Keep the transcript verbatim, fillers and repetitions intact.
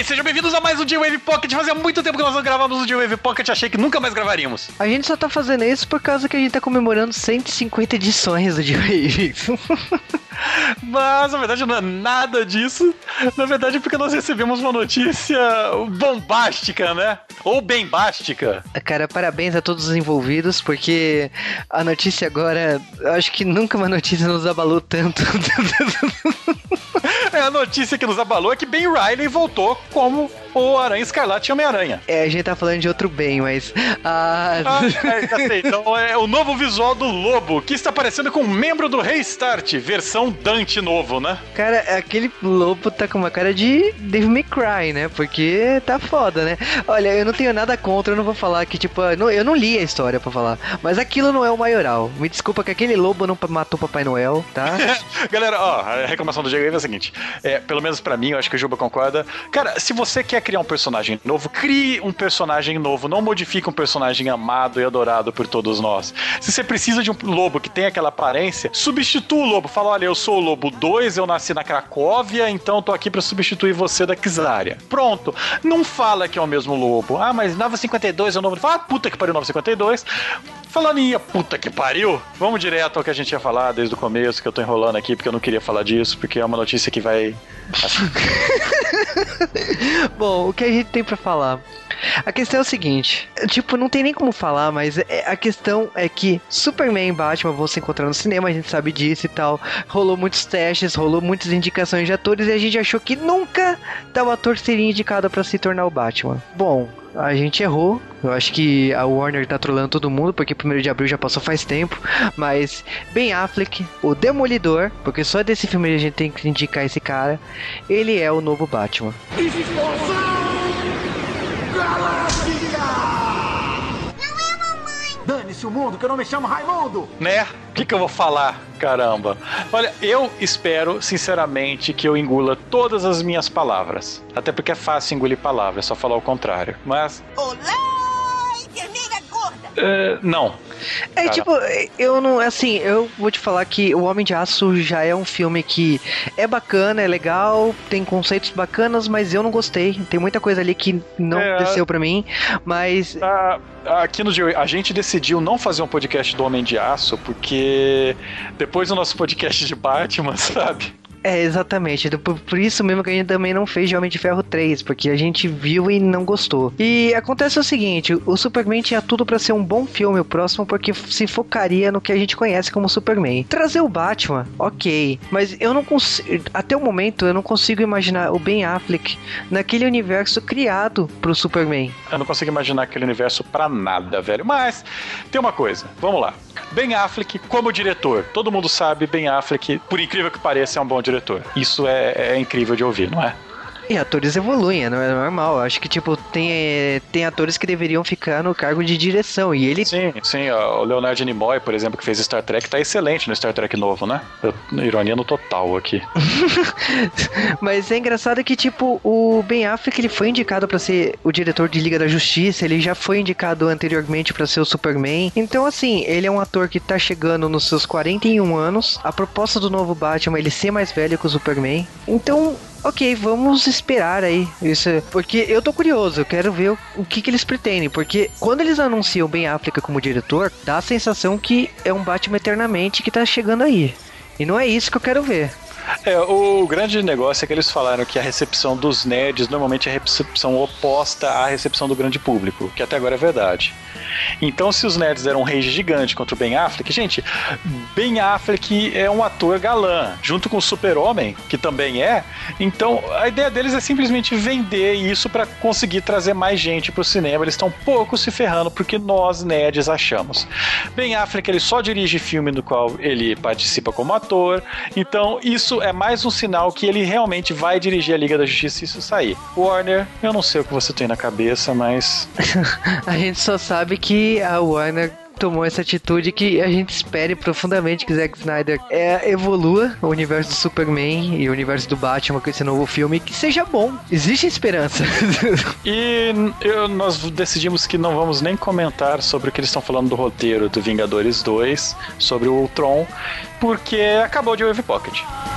E sejam bem-vindos a mais um J-Wave Pocket. Fazia muito tempo que nós não gravamos o J-Wave Pocket, achei que nunca mais gravaríamos. A gente só tá fazendo isso por causa que a gente tá comemorando cento e cinquenta edições do J-Wave. Mas, na verdade, não é nada disso. Na verdade, é porque nós recebemos uma notícia bombástica, né? Ou bembástica. Cara, parabéns a todos os envolvidos, porque a notícia agora, eu acho que nunca uma notícia nos abalou tanto. É, a notícia que nos abalou é que Ben Reilly voltou como o Aranha Escarlate e Homem-Aranha. É, a gente tá falando de outro Ben, mas... Ah, ah é, já sei. Então é o novo visual do Lobo, que está parecendo com um membro do Restart, versão Dante novo, né? Cara, aquele Lobo tá com uma cara de Devil May Cry, né? Porque tá foda, né? Olha, eu não tenho nada contra, eu não vou falar que, tipo, eu não, eu não li a história pra falar, mas aquilo não é o maioral. Me desculpa que aquele Lobo não matou Papai Noel, tá? Galera, ó, a reclamação do Diego é a seguinte, é, pelo menos pra mim, eu acho que o Juba concorda. Cara, se você quer criar um personagem novo, crie um personagem novo, não modifique um personagem amado e adorado por todos nós. Se você precisa de um lobo que tem aquela aparência, substitua o lobo. Fala, olha, eu sou o Lobo dois, eu nasci na Cracóvia, então tô aqui pra substituir você da Kizaria. Pronto. Não fala que é o mesmo lobo. Ah, mas nove cinquenta e dois é o novo... Ah, puta que pariu, nove cinquenta e dois. Falando em puta que pariu, vamos direto ao que a gente ia falar desde o começo, que eu tô enrolando aqui porque eu não queria falar disso, porque é uma notícia que vai... Bom, o que a gente tem pra falar? A questão é o seguinte, tipo, não tem nem como falar, mas a questão é que Superman e Batman vão se encontrar no cinema, a gente sabe disso e tal. Rolou muitos testes, rolou muitas indicações de atores e a gente achou que nunca tal ator seria indicado pra se tornar o Batman. Bom, a gente errou. Eu acho que a Warner tá trolando todo mundo, porque primeiro de abril já passou faz tempo. Mas Ben Affleck, o Demolidor, porque só desse filme a gente tem que indicar esse cara, ele é o novo Batman. Explosão Galáctica! Não é, mamãe! Dane-se o mundo, que eu não me chamo Raimundo! Né? O que que eu vou falar? Caramba. Olha, eu espero, sinceramente, que eu engula todas as minhas palavras. Até porque é fácil engolir palavras, é só falar o contrário. Mas... Olá, vermelha gorda! Uh, não. É, Cara. tipo, eu não, assim, eu vou te falar que O Homem de Aço já é um filme que é bacana, é legal, tem conceitos bacanas, mas eu não gostei. Tem muita coisa ali que não é, desceu pra mim, mas... A, aqui no G, a gente decidiu não fazer um podcast do Homem de Aço, porque depois do nosso podcast de Batman, sabe? É, exatamente. Por, por isso mesmo que a gente também não fez de Homem de Ferro três, porque a gente viu e não gostou. E acontece o seguinte, o Superman tinha tudo pra ser um bom filme, o próximo, porque se focaria no que a gente conhece como Superman. Trazer o Batman, ok, mas eu não consigo, até o momento, eu não consigo imaginar o Ben Affleck naquele universo criado pro Superman. Eu não consigo imaginar aquele universo pra nada, velho. Mas, tem uma coisa, vamos lá. Ben Affleck como diretor. Todo mundo sabe, Ben Affleck, por incrível que pareça, é um bom diretor. Isso é, é incrível de ouvir, não é? E atores evoluem, não é normal. Acho que, tipo, tem, tem atores que deveriam ficar no cargo de direção, e ele... Sim, sim, o Leonard Nimoy, por exemplo, que fez Star Trek, tá excelente no Star Trek novo, né? Eu, ironia no total aqui. Mas é engraçado que, tipo, o Ben Affleck, ele foi indicado pra ser o diretor de Liga da Justiça, ele já foi indicado anteriormente pra ser o Superman. Então, assim, ele é um ator que tá chegando nos seus quarenta e um anos. A proposta do novo Batman é ele ser mais velho que o Superman. Então... ok, vamos esperar aí isso, porque eu tô curioso, eu quero ver o, o que que eles pretendem, porque quando eles anunciam Ben Affleck como diretor, dá a sensação que é um Batman eternamente que tá chegando aí, e não é isso que eu quero ver. É, o grande negócio é que eles falaram que a recepção dos nerds normalmente é a recepção oposta à recepção do grande público, que até agora é verdade. Então, se os nerds deram um rage gigante contra o Ben Affleck, gente, Ben Affleck é um ator galã, junto com o Super-Homem, que também é. Então, a ideia deles é simplesmente vender isso pra conseguir trazer mais gente pro cinema. Eles estão pouco se ferrando porque nós, nerds, achamos. Ben Affleck, ele só dirige filme no qual ele participa como ator. Então, isso é mais um sinal que ele realmente vai dirigir a Liga da Justiça se isso sair. Warner, eu não sei o que você tem na cabeça, mas... a gente só sabe que a Warner tomou essa atitude que a gente espere profundamente que Zack Snyder é, evolua o universo do Superman e o universo do Batman com esse novo filme, que seja bom. Existe esperança. E eu, nós decidimos que não vamos nem comentar sobre o que eles estão falando do roteiro do Vingadores dois, sobre o Ultron, porque acabou de Wave Pocket.